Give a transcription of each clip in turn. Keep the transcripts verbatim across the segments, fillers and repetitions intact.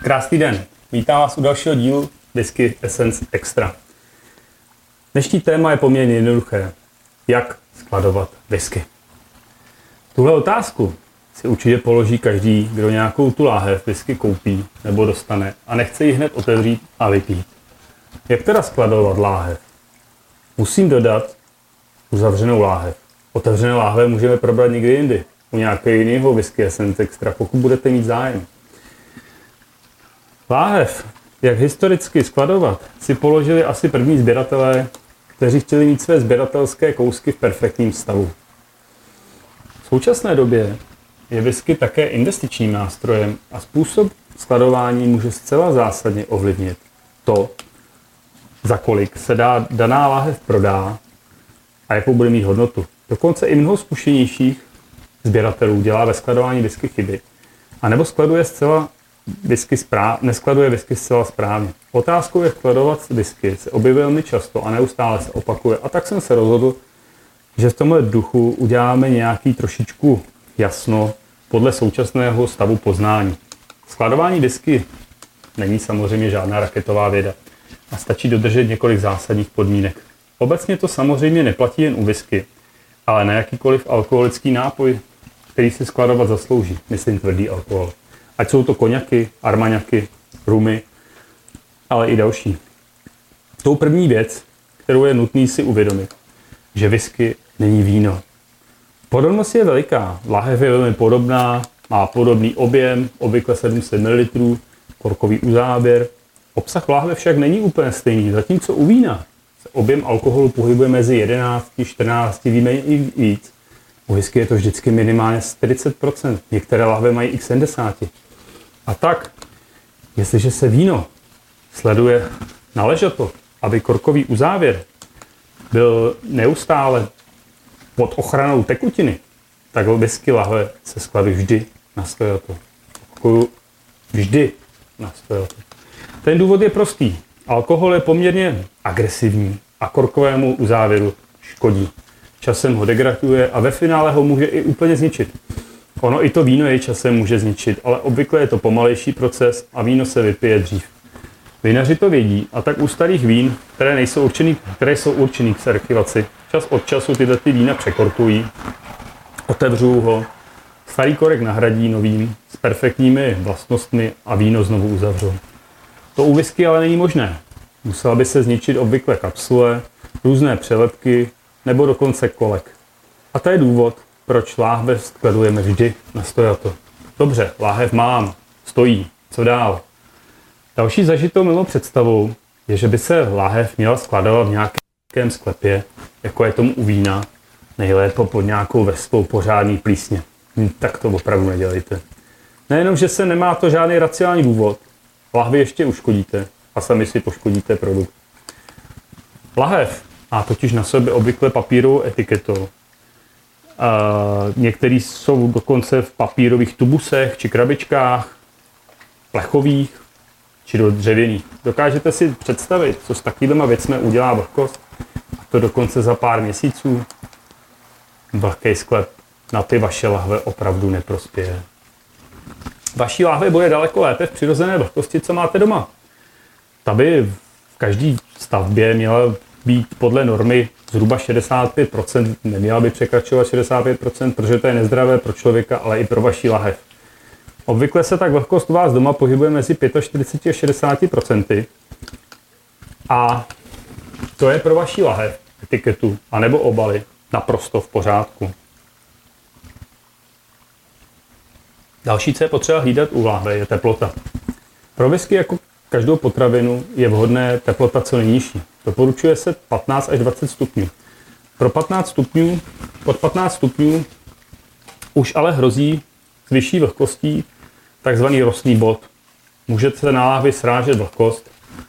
Krásný den, vítám vás u dalšího dílu Whisky Essence Extra. Dnešní téma je poměrně jednoduché. Jak skladovat whisky? Tuhle otázku si určitě položí každý, kdo nějakou tu láhev whisky koupí nebo dostane a nechce ji hned otevřít a vypít. Jak teda skladovat láhev? Musím dodat uzavřenou láhev. Otevřené láhve můžeme probrat někdy jindy, u nějakého jiného Whisky Essence Extra, pokud budete mít zájem. Láhev, jak historicky skladovat, si položili asi první sběratelé, kteří chtěli mít své sběratelské kousky v perfektním stavu. V současné době je whisky také investičním nástrojem a způsob skladování může zcela zásadně ovlivnit to, za kolik se dá daná láhev prodá a jakou bude mít hodnotu. Dokonce i mnoho zkušenějších sběratelů dělá ve skladování whisky chyby, anebo skladuje zcela whisky správ, neskladuje whisky zcela správně. Otázkou, jak skladovat whisky, se objevuje velmi často a neustále se opakuje. A tak jsem se rozhodl, že v tomhle duchu uděláme nějaký trošičku jasno podle současného stavu poznání. Skladování whisky není samozřejmě žádná raketová věda a stačí dodržet několik zásadních podmínek. Obecně to samozřejmě neplatí jen u whisky, ale na jakýkoliv alkoholický nápoj, který si skladovat zaslouží, myslím tvrdý alkohol. Ať jsou to koňaky, armaňaky, rumy, ale i další. Tou první věc, kterou je nutný si uvědomit, že whisky není víno. Podobnost je veliká, láhev je velmi podobná, má podobný objem, obvykle sedm set mililitrů, korkový uzávěr. Obsah láhve však není úplně stejný, zatímco u vína se objem alkoholu pohybuje mezi jedenáct až čtrnáct, víme i víc. U whisky je to vždycky minimálně čtyřicet procent, některé lahve mají i sedmdesát procent. A tak, jestliže se víno sleduje naležato, aby korkový uzávěr byl neustále pod ochranou tekutiny, tak whisky lahve se skladují vždy na stojato. Vždy na stojato. Ten důvod je prostý. Alkohol je poměrně agresivní a korkovému uzávěru škodí. Časem ho degraduje a ve finále ho může i úplně zničit. Ono i to víno jej časem může zničit, ale obvykle je to pomalejší proces a víno se vypije dřív. Vinaři to vědí a tak u starých vín, které, nejsou určený, které jsou určený k archivaci, čas od času tyhle ty vína překorkují, otevřou ho, starý korek nahradí novým s perfektními vlastnostmi a víno znovu uzavřou. To u whisky ale není možné. Musela by se zničit obvykle kapsule, různé přelepky nebo dokonce kolek. A to je důvod, proč láhev skladujeme vždy na stojato. Dobře, láhev mám, stojí, co dál? Další zažitou milou představou je, že by se láhev měla skladovat v nějakém sklepě, jako je tomu u vína, nejlépe pod nějakou vrstvou pořádný plísně. Hm, tak to opravdu nedělejte. Nejenom, že se nemá to žádný racionální důvod, lahvi ještě uškodíte a sami si poškodíte produkt. Lahev má totiž na sobě obvykle papírovou etiketu. Některý jsou dokonce v papírových tubusech či krabičkách, plechových či do dřevěných. Dokážete si představit, co s takovýma věcmi udělá vlhkost? A to dokonce za pár měsíců. Vlhký sklep na ty vaše lahve opravdu neprospěje. Vaší láhve bude daleko lépe v přirozené vlhkosti, co máte doma. Ta by v každé stavbě měla být podle normy zhruba šedesát pět procent, neměla by překračovat šedesát pět procent, protože to je nezdravé pro člověka, ale i pro vaši lahev. Obvykle se tak vlhkost u vás doma pohybuje mezi čtyřicet pět až šedesát procent a to je pro vaši lahev, etiketu anebo obaly naprosto v pořádku. Další, co je potřeba hlídat u lahve, je teplota. Pro whisky jako každou potravinu je vhodné teplota co nejnižší. Doporučuje se patnáct až dvacet stupňů. Pro patnáct stupňů, pod patnáct stupňů už ale hrozí s vyšší vlhkostí takzvaný rostný bod. Můžete se na láhvi srážet vlhkost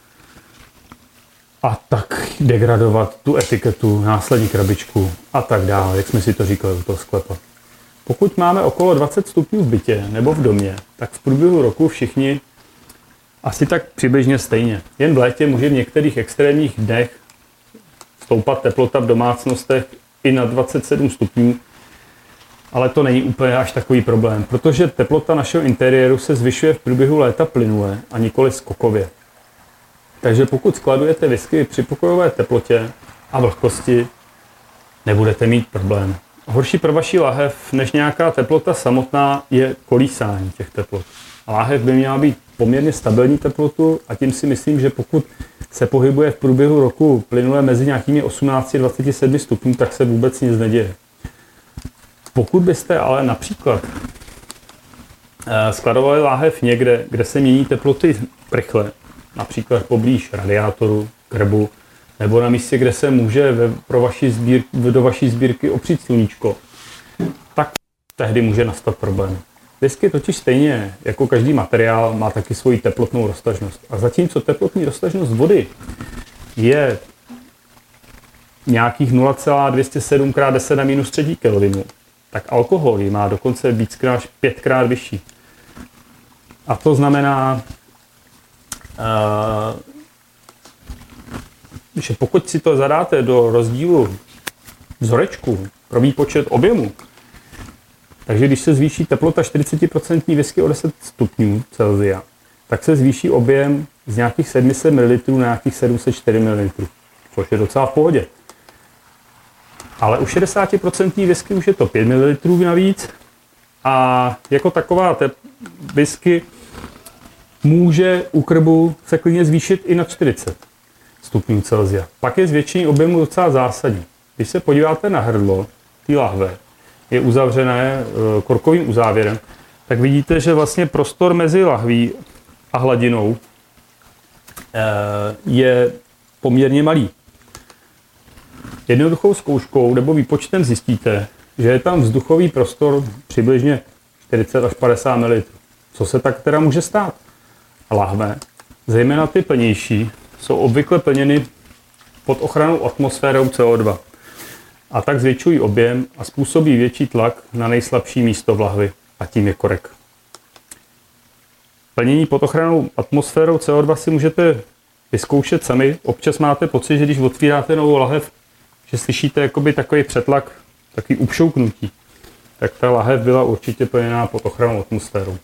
a tak degradovat tu etiketu, následně krabičku a tak dále, jak jsme si to říkali u toho sklepa. Pokud máme okolo dvacet stupňů v bytě nebo v domě, tak v průběhu roku všichni asi tak přibližně stejně. Jen v létě může v některých extrémních dnech stoupat teplota v domácnostech i na dvacet sedm stupňů ale to není úplně až takový problém, protože teplota našeho interiéru se zvyšuje v průběhu léta plynule a nikoli skokově. Takže pokud skladujete whisky při pokojové teplotě a vlhkosti, nebudete mít problém. Horší pro vaši lahev než nějaká teplota samotná je kolísání těch teplot. Láhev by měla být poměrně stabilní teplotu a tím si myslím, že pokud se pohybuje v průběhu roku plynule mezi nějakými osmnáct až dvacet sedm stupňů, tak se vůbec nic neděje. Pokud byste ale například skladovali láhev někde, kde se mění teploty rychle, například poblíž radiátoru, krbu, nebo na místě, kde se může ve, pro vaši sbír, do vaší sbírky opřít sluníčko, tak tehdy může nastat problém. Whisky totiž stejně jako každý materiál má taky svoji teplotnou roztažnost. A zatímco teplotní roztažnost vody je nějakých nula celá dvě stě sedm krát deset na minus tři kelvinu, tak alkohol ji má dokonce víckrát až pětkrát vyšší. A to znamená, uh, že pokud si to zadáte do rozdílu vzorečku pro výpočet objemu, takže když se zvýší teplota čtyřicet procent whisky o deset stupňů Celsia, tak se zvýší objem z nějakých sedm set mililitrů na nějakých sedm set čtyři mililitrů, což je docela v pohodě. Ale u šedesát procent whisky už je to pět mililitrů navíc a jako taková te- whisky může u krbu se klidně zvýšit i na čtyřicet stupňů Celsia. Pak je zvětšení objemu docela zásadní. Když se podíváte na hrdlo té lahve, je uzavřené korkovým uzávěrem, tak vidíte, že vlastně prostor mezi lahví a hladinou je poměrně malý. Jednoduchou zkouškou nebo výpočtem zjistíte, že je tam vzduchový prostor přibližně čtyřicet až padesát mililitrů. Co se tak teda může stát? Lahve, zejména ty plnější, jsou obvykle plněny pod ochranou atmosférou C O dva. A tak zvětšují objem a způsobí větší tlak na nejslabší místo v lahvi, a tím je korek. Plnění pod ochranou atmosférou C O dva si můžete vyzkoušet sami. Občas máte pocit, že když otvíráte novou lahev, že slyšíte jakoby takový přetlak, takový upšouknutí. Tak ta lahev byla určitě plněná pod ochranou atmosférou.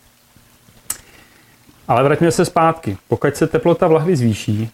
Ale vraťme se zpátky. Pokud se teplota v lahvi zvýší,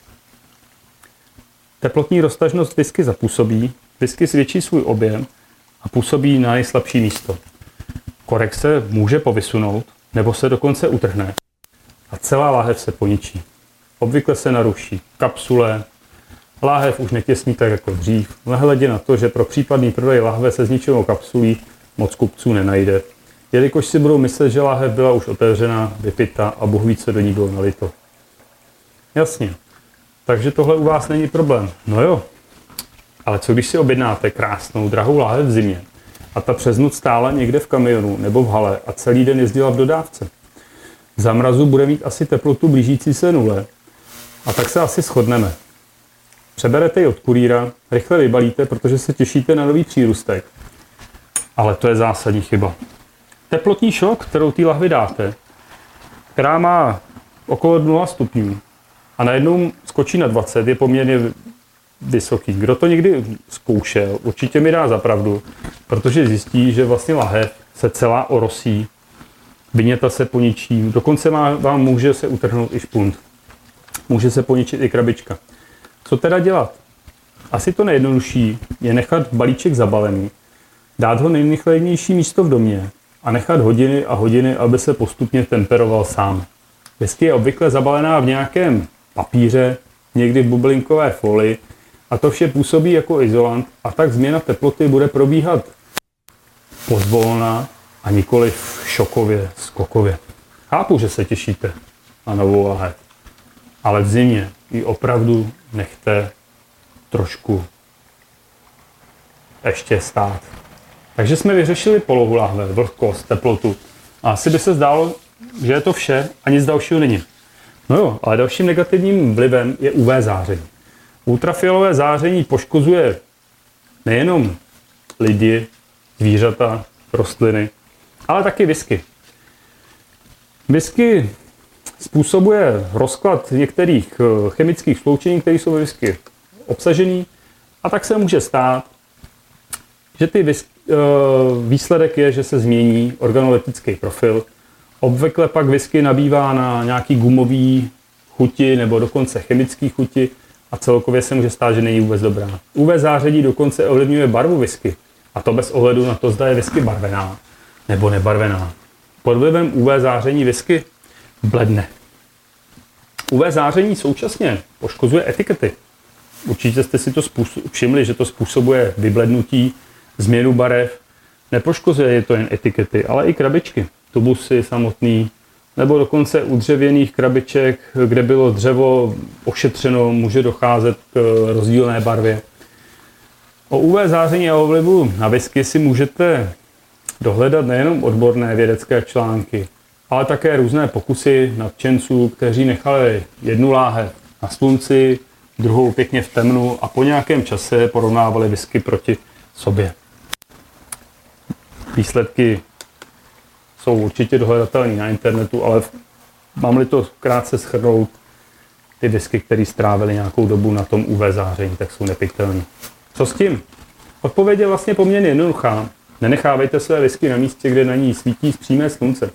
teplotní roztažnost whisky zapůsobí, whisky zvětší svůj objem a působí na nejslabší místo. Korek se může povysunout, nebo se dokonce utrhne a celá láhev se poničí. Obvykle se naruší kapsule, láhev už netěsní tak jako dřív, nehledě na to, že pro případný prodej lahve se zničenou kapsulí moc kupců nenajde, jelikož si budou myslet, že láhev byla už otevřená, vypita a Bůh ví, co do ní bylo nalito. Jasně, takže tohle u vás není problém. No jo, ale co když si objednáte krásnou, drahou láhev v zimě a ta přes noc stála někde v kamionu nebo v hale a celý den jezdila v dodávce? Za mrazu bude mít asi teplotu blížící se nule a tak se asi shodneme. Přeberete ji od kurýra, rychle vybalíte, protože se těšíte na nový přírůstek. Ale to je zásadní chyba. Teplotní šok, kterou té lahvi dáte, která má okolo nula stupňů a najednou skočí na dvacet, je poměrně vysoký. Kdo to někdy zkoušel, určitě mi dá za pravdu, protože zjistí, že vlastně lahev se celá orosí, viněta se poničí, dokonce má, vám může se utrhnout i špunt. Může se poničit i krabička. Co teda dělat? Asi to nejjednodušší je nechat balíček zabalený, dát ho nejrychlejší místo v domě a nechat hodiny a hodiny, aby se postupně temperoval sám. Whisky je obvykle zabalená v nějakém papíře, někdy v bublinkové folii a to vše působí jako izolant a tak změna teploty bude probíhat pozvolna a nikoli šokově, skokově. Chápu, že se těšíte na novou lahev, ale v zimě ji opravdu nechte trošku ještě stát. Takže jsme vyřešili polohu lahve, vlhkost, teplotu. A asi by se zdálo, že je to vše a nic dalšího není. No jo, ale dalším negativním vlivem je U V záření. Ultrafialové záření poškozuje nejenom lidi, zvířata, rostliny, ale taky whisky. Whisky způsobuje rozklad některých chemických sloučení, které jsou ve whisky obsažený, a tak se může stát, že ty whisky, výsledek je, že se změní organoleptický profil. Obvykle pak whisky nabývá na nějaký gumový chuti nebo dokonce chemický chuti a celkově se může stát, že není vůbec dobrá. U V záření dokonce ovlivňuje barvu whisky a to bez ohledu na to, zda je whisky barvená nebo nebarvená. Pod vlivem U V záření whisky bledne. U V záření současně poškozuje etikety. Určitě jste si to všimli, že to způsobuje vyblednutí, změnu barev. Nepoškozuje to jen etikety, ale i krabičky, tubusy samotný, nebo dokonce u dřevěných krabiček, kde bylo dřevo ošetřeno, může docházet k rozdílné barvě. O U V záření a o vlivu na whisky si můžete dohledat nejenom odborné vědecké články, ale také různé pokusy nadšenců, kteří nechali jednu láhev na slunci, druhou pěkně v temnu a po nějakém čase porovnávali whisky proti sobě. Výsledky jsou určitě dohledatelné na internetu, ale mám-li to krátce shrnout, ty whisky, které strávily nějakou dobu na tom U V záření, tak jsou nepitelné. Co s tím? Odpověď je vlastně poměrně jednoduchá. Nenechávejte své whisky na místě, kde na ní svítí přímé slunce.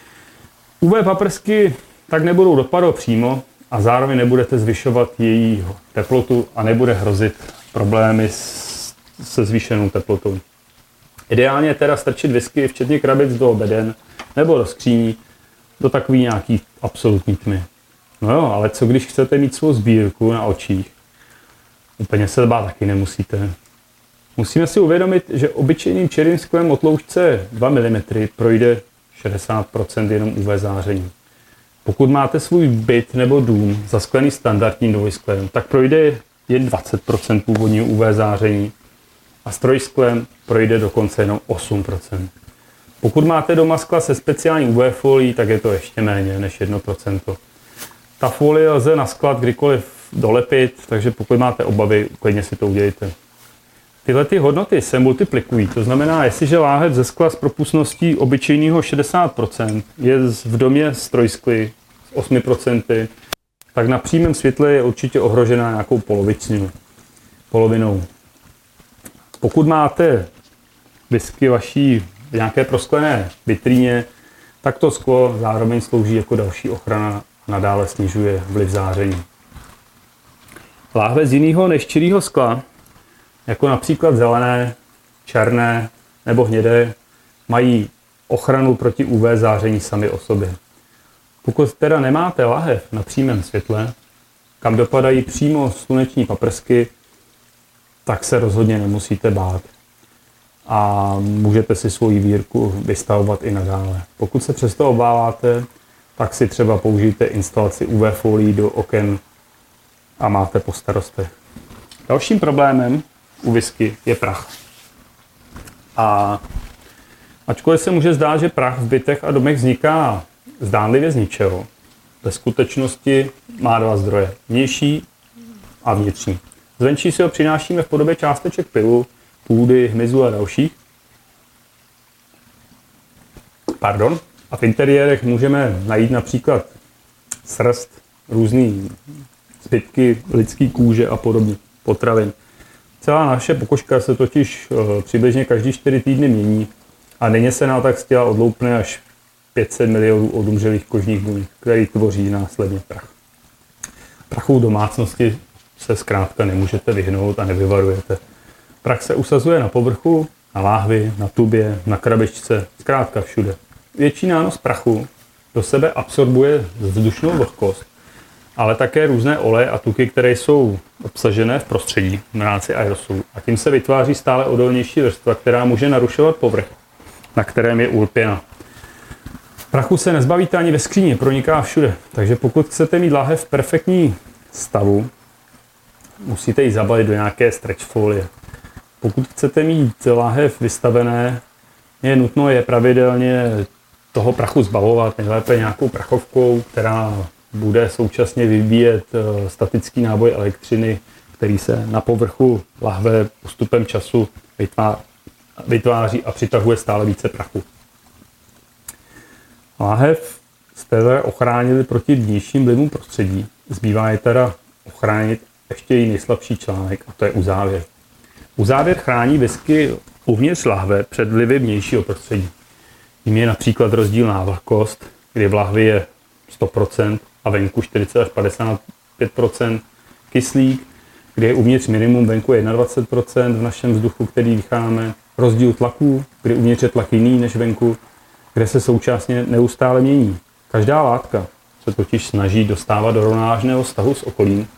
U V paprsky tak nebudou dopadat přímo a zároveň nebudete zvyšovat její teplotu a nebude hrozit problémy se zvýšenou teplotou. Ideálně je teda strčit whisky, včetně krabic, do beden nebo do skříní, do takový nějaký absolutní tmy. No jo, ale co když chcete mít svou sbírku na očích? Úplně se bát taky nemusíte. Musíme si uvědomit, že obyčejným černým sklem o tloušťce dva milimetry projde šedesát procent jenom U V záření. Pokud máte svůj byt nebo dům zasklený standardním dvojsklem, tak projde jen dvacet procent původního U V záření a s trojsklem projde dokonce jenom osm procent. Pokud máte doma skla se speciální U V folií, tak je to ještě méně než jedno procento. Ta folie lze na sklad kdykoliv dolepit, takže pokud máte obavy, klidně si to udělejte. Tyhle ty hodnoty se multiplikují, to znamená, jestliže láhev ze skla s propustností obyčejného šedesát procent je v domě s trojskly s osm procent, tak na přímém světle je určitě ohrožená nějakou polovičnou, polovinou. Pokud máte whisky vaší v nějaké prosklené vitríně, tak to sklo zároveň slouží jako další ochrana a nadále snižuje vliv záření. Láhve z jiného než čirého skla, jako například zelené, černé nebo hnědé, mají ochranu proti U V záření sami o sobě. Pokud teda nemáte lahev na přímém světle, kam dopadají přímo sluneční paprsky, tak se rozhodně nemusíte bát. A můžete si svoji výrku vystavovat i nadále. Pokud se přesto obáváte, tak si třeba použijte instalaci U V folií do oken a máte po starostech. Dalším problémem u whisky je prach. A ačkoliv se může zdát, že prach v bytech a domech vzniká zdánlivě z ničeho, ve skutečnosti má dva zdroje. Vnější a vnitřní. Zvenčí si ho přinášíme v podobě částeček pylu, půdy, hmyzu a dalších. Pardon. A v interiérech můžeme najít například srst, různé zbytky lidské kůže a podobně, potravin. Celá naše pokožka se totiž uh, přibližně každý čtyři týdny mění a denně se nám tak z těla odloupne až pět set milionů odumřelých kožních buněk, který tvoří následně prach. Prachu v domácnosti se zkrátka nemůžete vyhnout a nevyvarujete. Prach se usazuje na povrchu, na láhvi, na tubě, na krabičce, zkrátka všude. Větší nános prachu do sebe absorbuje vzdušnou vlhkost, ale také různé oleje a tuky, které jsou obsažené v prostředí, v rámci aerosolu. A tím se vytváří stále odolnější vrstva, která může narušovat povrch, na kterém je ulpěna. Prachu se nezbavíte ani ve skříni, proniká všude. Takže pokud chcete mít láhev v perfektní stavu, musíte ji zabalit do nějaké stretch folie. Pokud chcete mít láhev vystavené, je nutno je pravidelně toho prachu zbavovat, nejlépe nějakou prachovkou, která bude současně vyvíjet statický náboj elektřiny, který se na povrchu lahve postupem času vytváří a přitahuje stále více prachu. Láhev jste ochránili proti vnějším vlivům prostředí. Zbývá je teda ochránit ještě i nejslabší článek, a to je uzávěr. Uzávěr chrání whisky uvnitř lahve před vlivy vnějšího prostředí. Tím je například rozdílná vlhkost, kdy v lahvi je sto procent a venku čtyřicet až padesát pět procent, kyslík, kdy je uvnitř minimum, venku je dvacet jedna procent v našem vzduchu, který dýcháme, rozdíl tlaků, kdy uvnitř je tlak jiný než venku, kde se současně neustále mění. Každá látka se totiž snaží dostávat do rovnovážného vztahu s okolím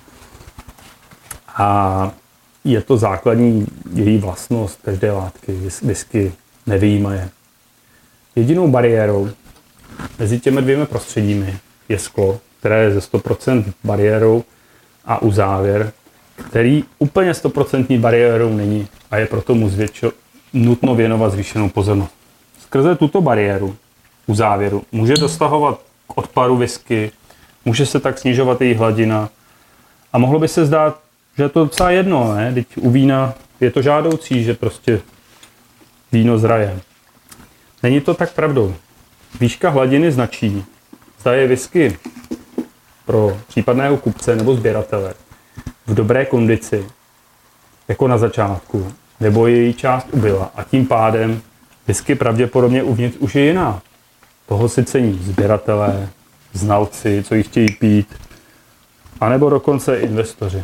a je to základní její vlastnost každé látky, whisky nevyjímaje. Jedinou bariérou mezi těmi dvěma prostředími je sklo, které je ze sto procent bariérou, a uzávěr, který úplně sto procent bariérou není a je proto mu zvětšo, nutno věnovat zvýšenou pozornost. Skrze tuto bariéru uzávěru může dostahovat k odparu whisky, může se tak snižovat její hladina a mohlo by se zdát, že je to docela jedno, ne? Teď u vína je to žádoucí, že prostě víno zraje. Není to tak pravdou. Výška hladiny značí, zda je whisky pro případného kupce nebo sběratele v dobré kondici, jako na začátku, nebo její část ubyla a tím pádem whisky pravděpodobně uvnitř už je jiná. Toho si cení sběratelé, znalci, co ji chtějí pít, anebo dokonce investoři.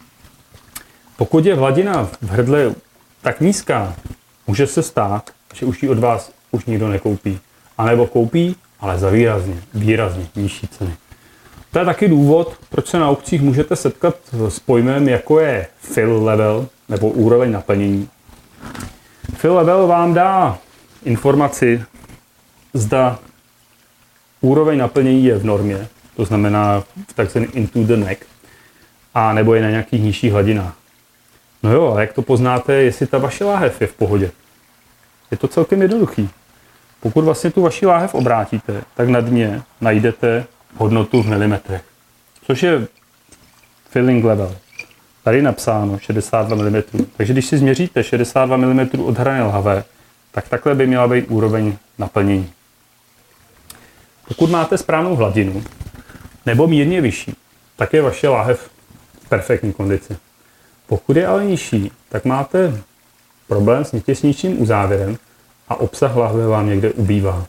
Pokud je hladina v hrdle tak nízká, může se stát, že už ji od vás už nikdo nekoupí. A nebo koupí, ale za výrazně, výrazně nižší ceny. To je taky důvod, proč se na aukcích můžete setkat s pojmem, jako je fill level, nebo úroveň naplnění. Fill level vám dá informaci, zda úroveň naplnění je v normě, to znamená v takzvaném into the neck, a nebo je na nějakých nižších hladinách. No jo, a jak to poznáte, jestli ta vaše láhev je v pohodě? Je to celkem jednoduchý. Pokud vlastně tu vaši láhev obrátíte, tak na dně najdete hodnotu v milimetrech, což je filling level. Tady je napsáno šedesát dva milimetrů. Takže když si změříte šedesát dva milimetrů od hrané lahve, tak takhle by měla být úroveň naplnění. Pokud máte správnou hladinu, nebo mírně vyšší, tak je vaše láhev v perfektní kondici. Pokud je ale nižší, tak máte problém s těsnějším uzávěrem a obsah lahve vám někde ubývá.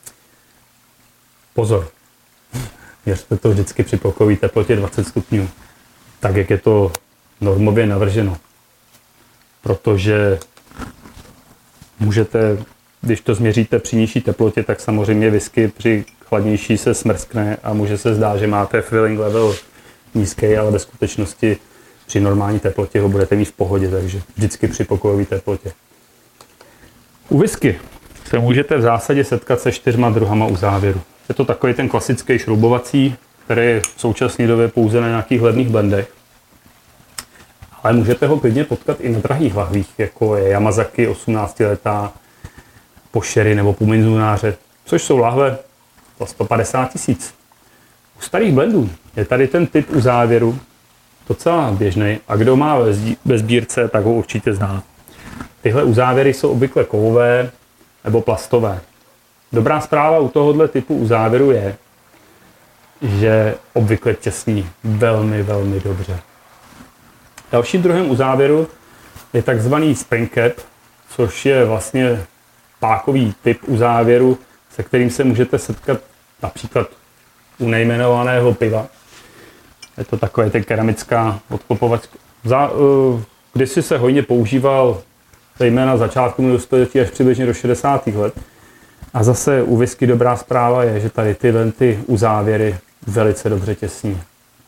Pozor, měřte to vždycky při pokojové teplotě dvacet stupňů, tak jak je to normově navrženo. Protože můžete, když to změříte při nižší teplotě, tak samozřejmě whisky při chladnější se smrskne a může se zdát, že máte filling level nízký, ale ve skutečnosti při normální teplotě ho budete mít v pohodě, takže vždycky při pokojové teplotě. U whisky se můžete v zásadě setkat se čtyřma druhama uzávěru. Je to takový ten klasický šroubovací, který je v současné době pouze na nějakých levných blendech. Ale můžete ho klidně potkat i na drahých lahvích, jako je Yamazaki osmnáctiletá, Pošery nebo Puminzunáře, což jsou lahve za sto padesát tisíc. U starých blendů je tady ten typ uzávěru docela běžný a kdo má ve sbírce, tak ho určitě zná. Tyhle uzávěry jsou obvykle kovové nebo plastové. Dobrá zpráva u tohohle typu uzávěru je, že obvykle těsní velmi, velmi dobře. Dalším druhem uzávěru je takzvaný spring cap, což je vlastně pákový typ uzávěru, se kterým se můžete setkat například u nejmenovaného piva. Je to takové ten keramická odklopovač. Kdysi se hojně používal zejména začátku minulého století až přibližně do šedesátých let. A zase u whisky dobrá zpráva je, že tady tyhle ty uzávěry velice dobře těsní.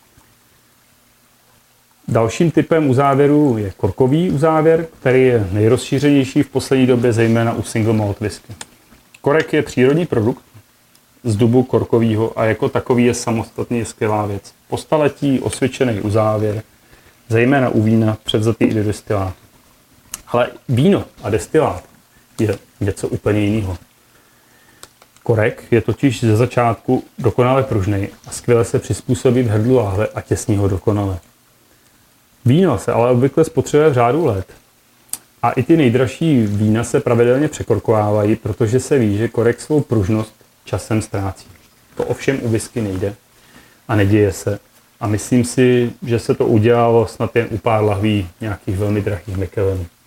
Dalším typem uzávěru je korkový uzávěr, který je nejrozšířenější v poslední době, zejména u single malt whisky. Korek je přírodní produkt z dubu korkového a jako takový je samostatně skvělá věc. Po staletí osvědčený uzávěr, zejména u vína převzatý i do destilátu. Ale víno a destilát je něco úplně jiného. Korek je totiž ze začátku dokonale pružný a skvěle se přizpůsobí v hrdlu láhve a těsní ho dokonale. Víno se ale obvykle spotřebuje v řádu let. A i ty nejdražší vína se pravidelně překorkovávají, protože se ví, že korek svou pružnost časem ztrácí. To ovšem u whisky nejde a neděje se. A myslím si, že se to udělalo snad jen u pár lahví nějakých velmi drahých Macallanů.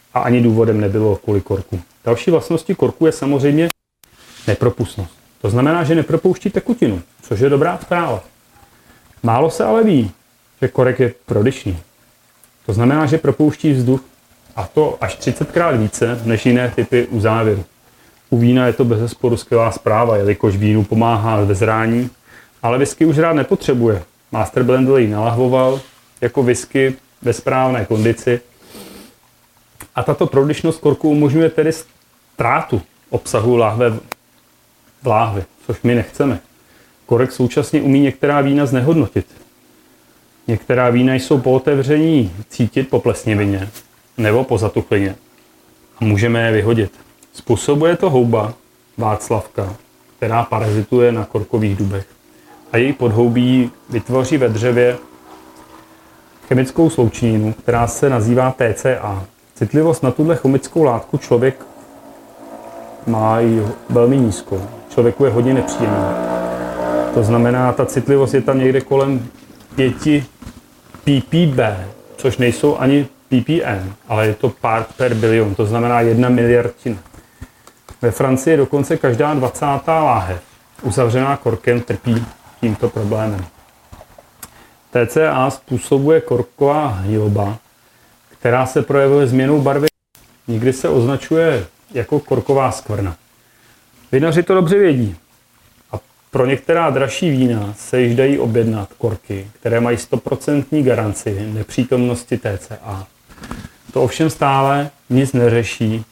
a ani důvodem nebylo kvůli korku. Další vlastností korku je samozřejmě nepropustnost. To znamená, že nepropouští tekutinu, což je dobrá zpráva. Málo se ale ví, že korek je prodyšný. To znamená, že propouští vzduch, a to až třicetkrát více než jiné typy uzávěru. U vína je to bezesporu skvělá zpráva, jelikož vínu pomáhá ve zrání, ale whisky už rád nepotřebuje. Master Blender ji nalahvoval jako whisky ve správné kondici a tato prodyšnost korku umožňuje tedy ztrátu obsahu láhve v láhvi, což my nechceme. Korek současně umí některá vína znehodnotit. Některá vína jsou po otevření cítit po plesnivině nebo po zatuchlině a můžeme je vyhodit. Způsobuje to houba Václavka, která parazituje na korkových dubech a její podhoubí vytvoří ve dřevě chemickou sloučeninu, která se nazývá T C A. Citlivost na tuhle chemickou látku člověk má ji velmi nízkou. Člověku je hodně nepříjemný. To znamená, ta citlivost je tam někde kolem pět ppb, což nejsou ani ppm, ale je to part per bilion, to znamená jedna miliardina. Ve Francii dokonce každá dvacátá láhev uzavřená korkem trpí tímto problémem. T C A způsobuje korková hniloba, která se projevuje změnou barvy. Někdy se označuje jako korková skvrna. Vinaři to dobře vědí. A pro některá dražší vína se již dají objednat korky, které mají sto procent garanci nepřítomnosti T C A. To ovšem stále nic neřeší.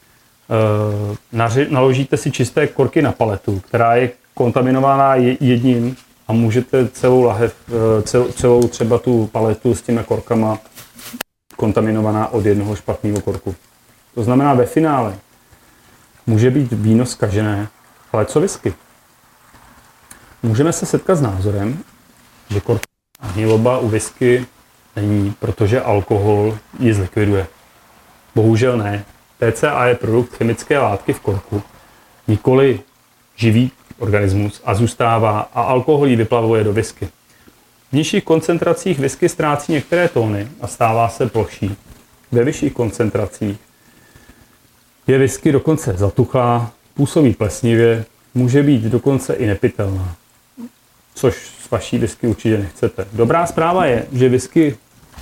E, naložíte si čisté korky na paletu, která je kontaminovaná jedním a můžete celou lahev, celou, celou třeba tu paletu s těmi korkama kontaminovaná od jednoho špatného korku. To znamená, ve finále může být víno zkažené, ale co whisky? Můžeme se setkat s názorem, že korková hniloba u whisky není, protože alkohol ji zlikviduje. Bohužel ne. T C A je produkt chemické látky v korku, nikoli živý organismus a zůstává a alkohol ji vyplavuje do whisky. V nižších koncentracích whisky ztrácí některé tóny a stává se ploší. Ve vyšších koncentracích je whisky dokonce zatuchlá, působí plesnivě, může být dokonce i nepitelná, což s vaší whisky určitě nechcete. Dobrá zpráva je, že whisky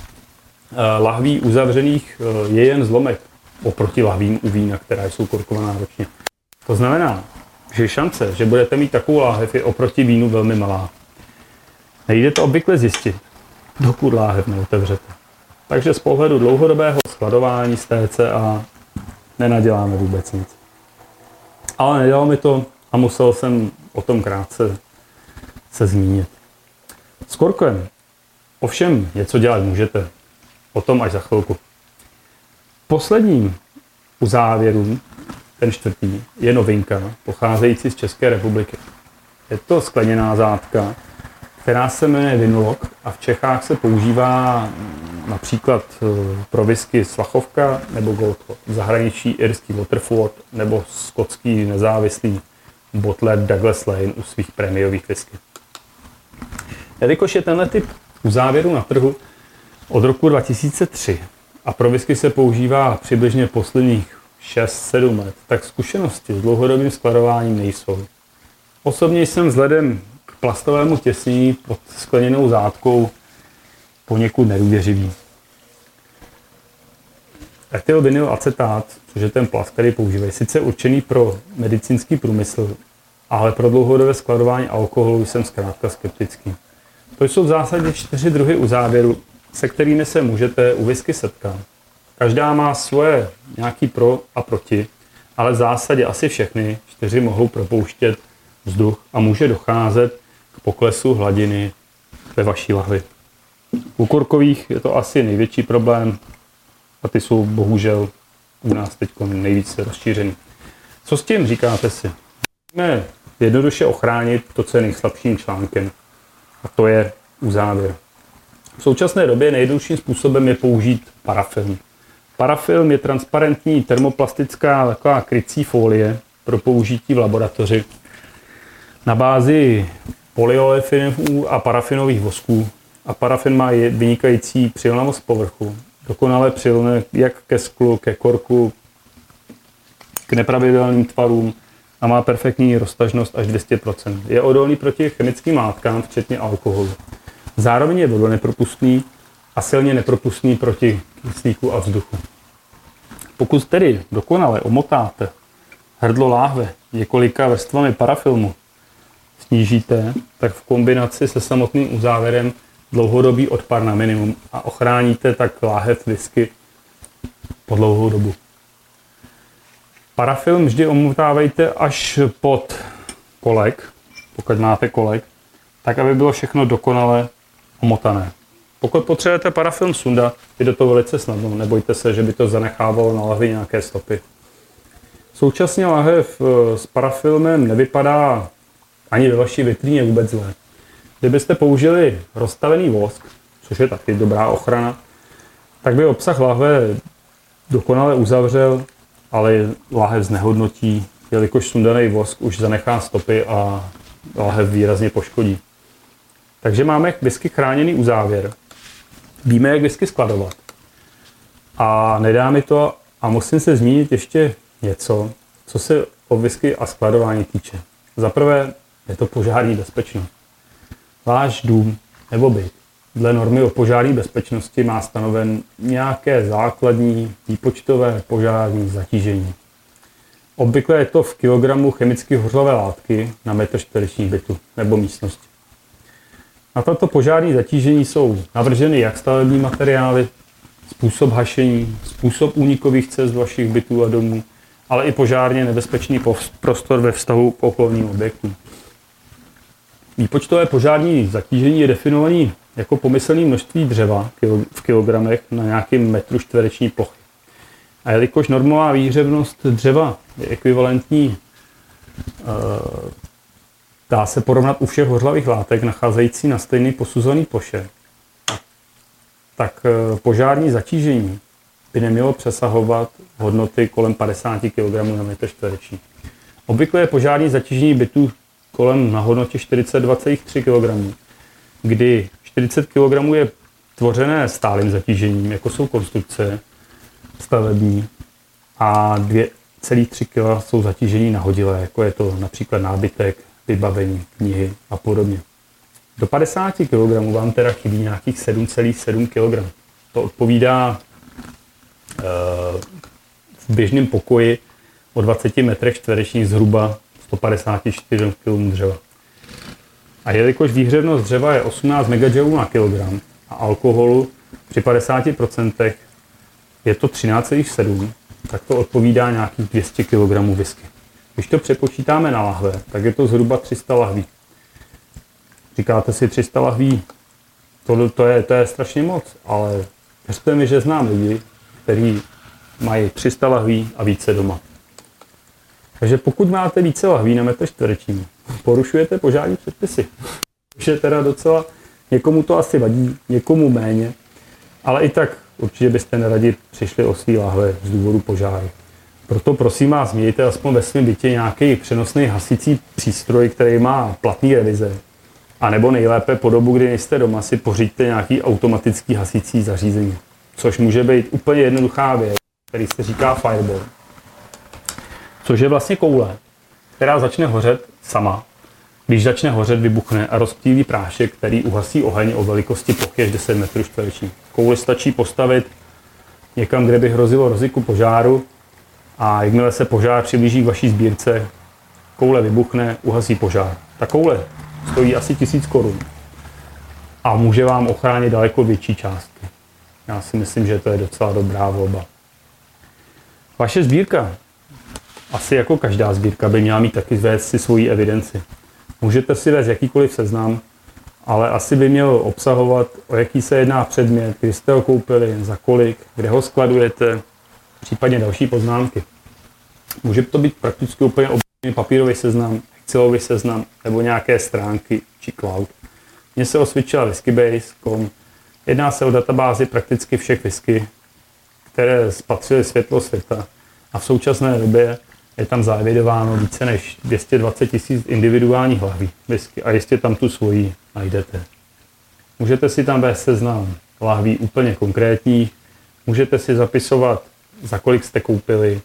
lahví uzavřených je jen zlomek oproti lahvím u vína, která jsou korkovaná ročně. To znamená, že šance, že budete mít takovou láhev, je oproti vínu velmi malá. Nejde to obvykle zjistit, dokud láhev neotevřete. Takže z pohledu dlouhodobého skladování z T C A nenaděláme vůbec nic. Ale nedělalo mi to a musel jsem o tom krátce se zmínit. S korkem ovšem něco dělat můžete. O tom až za chvilku. Posledním u závěru, ten čtvrtý, je novinka pocházející z České republiky. Je to skleněná zátka, která se jmenuje Vinulok a v Čechách se používá například pro whisky Slachovka nebo Goldhop. V zahraničí irský Waterford nebo skotský nezávislý bottler Douglas Lane u svých prémiových whisky. Jelikož je tenhle typ u závěru na trhu od roku dva tisíce tři a pro whisky se používá přibližně posledních šest sedm let, tak zkušenosti s dlouhodobým skladováním nejsou. Osobně jsem vzhledem k plastovému těsnění pod skleněnou zátkou poněkud nedůvěřivý. Etylvinyl acetát, což je ten plast, který používají, sice určený pro medicínský průmysl, ale pro dlouhodobé skladování alkoholu jsem zkrátka skeptický. To jsou v zásadě čtyři druhy uzávěru, se kterými se můžete u whisky setkat. Každá má svoje nějaký pro a proti, ale v zásadě asi všechny čtyři mohou propouštět vzduch a může docházet k poklesu hladiny ve vaší lahvi. U korkových je to asi největší problém a ty jsou bohužel u nás teď nejvíce rozšířený. Co s tím, říkáte si? Můžeme jednoduše ochránit to, co je nejslabším článkem, a to je uzávěr. V současné době nejjednodušším způsobem je použít parafilm. Parafilm je transparentní termoplastická taková krycí folie pro použití v laboratoři na bázi polyolefinů a parafinových vosků. A parafin má vynikající přilnavost povrchu. dokonale přilne jak ke sklu, ke korku, k nepravidelným tvarům a má perfektní roztažnost až dvě stě procent. Je odolný proti chemickým látkám, včetně alkoholu. Zároveň je vodonepropustný a silně nepropustný proti kyslíku a vzduchu. Pokud tedy dokonale omotáte hrdlo láhve několika vrstvami parafilmu, snížíte, tak v kombinaci se samotným uzávěrem dlouhodobý odpar na minimum a ochráníte tak láhev whisky po dlouhou dobu. Parafilm vždy omotávejte až pod kolek, pokud máte kolek, tak aby bylo všechno dokonale omotané. Pokud potřebujete parafilm sundat, jde to velice snadno, nebojte se, že by to zanechávalo na lahvi nějaké stopy. Současně lahev s parafilmem nevypadá ani ve vaší vitríně vůbec zle. Kdybyste použili rozstavený vosk, což je taky dobrá ochrana, tak by obsah lahve dokonale uzavřel, ale lahev znehodnotí, jelikož sundaný vosk už zanechá stopy a lahev výrazně poškodí. Takže máme whisky chráněný uzávěr. Víme, jak whisky skladovat. A nedá mi to, a musím se zmínit ještě něco, co se o whisky a skladování týče. Za prvé je to požární bezpečnost. Váš dům nebo byt dle normy o požární bezpečnosti má stanoven nějaké základní výpočtové požární zatížení. Obvykle je to v kilogramu chemicky hořlavé látky na metr čtvereční bytu nebo místnosti. Na toto požární zatížení jsou navrženy jak stavební materiály, způsob hašení, způsob únikových cest vašich bytů a domů, ale i požárně nebezpečný prostor ve vztahu k okolním objektům. Výpočtové požární zatížení je definovaný jako pomyslné množství dřeva v kilogramech na nějakém metru čtvereční plochy. A jelikož normová výhřevnost dřeva je ekvivalentní, dá se porovnat u všech hořlavých látek nacházející na stejné posuzované ploše, tak požární zatížení by nemělo přesahovat hodnoty kolem padesát kilogramů na metr čtvereční. Obvykle je požární zatížení bytů kolem na hodnotě čtyřicet dva celá tři kilogramy, kdy čtyřicet kilogramů je tvořené stálým zatížením, jako jsou konstrukce stavební, a dvě celá tři kilogramy jsou zatížení nahodilé, jako je to například nábytek, vybavení, knihy a podobně. Do padesát kilogramů vám teda chybí nějakých sedm celá sedm kilogramů. To odpovídá e, v běžném pokoji o dvaceti metrech čtverečních zhruba sto padesát čtyři kilogramů dřeva. A jelikož výhřevnost dřeva je osmnáct megajoulů na kilogram a alkoholu při padesáti procentech je to třináct celá sedm, tak to odpovídá nějakých dvě stě kilogramů whisky. Když to přepočítáme na lahve, tak je to zhruba tři sta lahví. Říkáte si tři sta lahví, to, to, je, to je strašně moc, ale věřte mi, že znám lidi, kteří mají tři sta lahví a více doma. Takže pokud máte více lahví na metr čtvereční, porušujete požární předpisy. Což je teda docela, někomu to asi vadí, někomu méně, ale i tak určitě byste neradi přišli o svý lahve z důvodu požáru. Proto prosím vás, mějte aspoň ve svém bytě nějaký přenosný hasicí přístroj, který má platný revize. A nebo nejlépe po dobu, kdy nejste doma, si pořiďte nějaký automatický hasicí zařízení. Což může být úplně jednoduchá věc, který se říká fireball. Což je vlastně koule, která začne hořet sama. Když začne hořet, vybuchne a rozptýlí prášek, který uhasí oheň o velikosti plochy až deset metrů čtverečních. Kouli stačí postavit někam, kde by hrozilo riziku požáru, a jakmile se požár přiblíží k vaší sbírce, koule vybuchne, uhasí požár. Ta koule stojí asi tisíc korun a může vám ochránit daleko větší částky. Já si myslím, že to je docela dobrá volba. Vaše sbírka, asi jako každá sbírka, by měla mít taky vést si svoji evidenci. Můžete si vést jakýkoliv seznam, ale asi by měl obsahovat, o jaký se jedná předmět, kdy jste ho koupili, za kolik, kde ho skladujete, případně další poznámky. Může to být prakticky úplně obyčejný papírový seznam, Excelový seznam nebo nějaké stránky či cloud. Mně se osvědčila whiskybase tečka com. Jedná se o databázi prakticky všech whisky, které spatřily světlo světa, a v současné době je tam zaevidováno více než dvě stě dvacet tisíc individuálních lahví whisky a jistě tam tu svoji najdete. Můžete si tam vést seznam lahví úplně konkrétních Můžete si zapisovat, za kolik jste koupili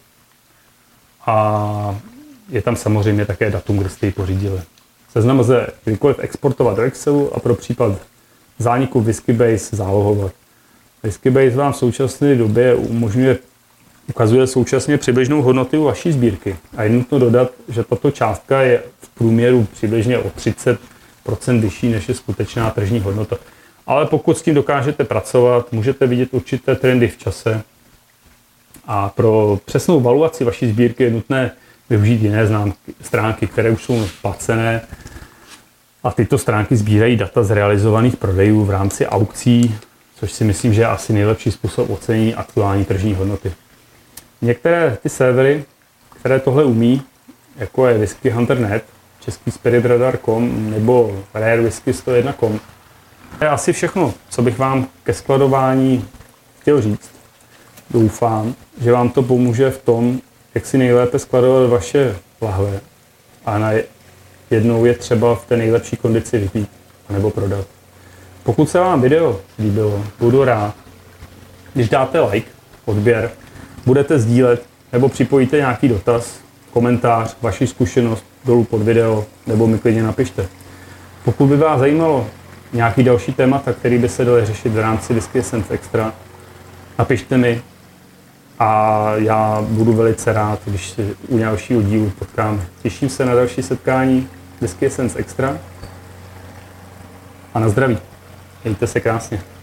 a je tam samozřejmě také datum, kdy jste ji pořídili. Seznam lze kdykoliv exportovat do Excelu a pro případ zániku Whiskybase zálohovat. Whiskybase vám v současné době umožňuje, ukazuje současně přibližnou hodnotu vaší sbírky. A je nutno dodat, že tato částka je v průměru přibližně o třicet procent vyšší, než je skutečná tržní hodnota. Ale pokud s tím dokážete pracovat, můžete vidět určité trendy v čase. A pro přesnou valuaci vaší sbírky je nutné využít jiné známky, stránky, které už jsou placené. A tyto stránky sbírají data z realizovaných prodejů v rámci aukcí, což si myslím, že je asi nejlepší způsob ocenění aktuální tržní hodnoty. Některé ty servery, které tohle umí, jako je Whisky Hunter tečka net, český Spirit Radar tečka com nebo Rare Whisky sto jedna tečka com, to je asi všechno, co bych vám ke skladování chtěl říct. Doufám, že vám to pomůže v tom, jak si nejlépe skladovat vaše lahve a na jednou je třeba v té nejlepší kondici vypít nebo prodat. Pokud se vám video líbilo, budu rád, když dáte like, odběr, budete sdílet nebo připojíte nějaký dotaz, komentář, vaši zkušenost dolů pod video nebo mi klidně napište. Pokud by vás zajímalo nějaký další témata, který by se daly řešit v rámci Whisky Essence Extra, napište mi a já budu velice rád, když se u dalšího dílu potkáme. Těším se na další setkání Whisky Essence Extra a na zdraví. Mějte se krásně.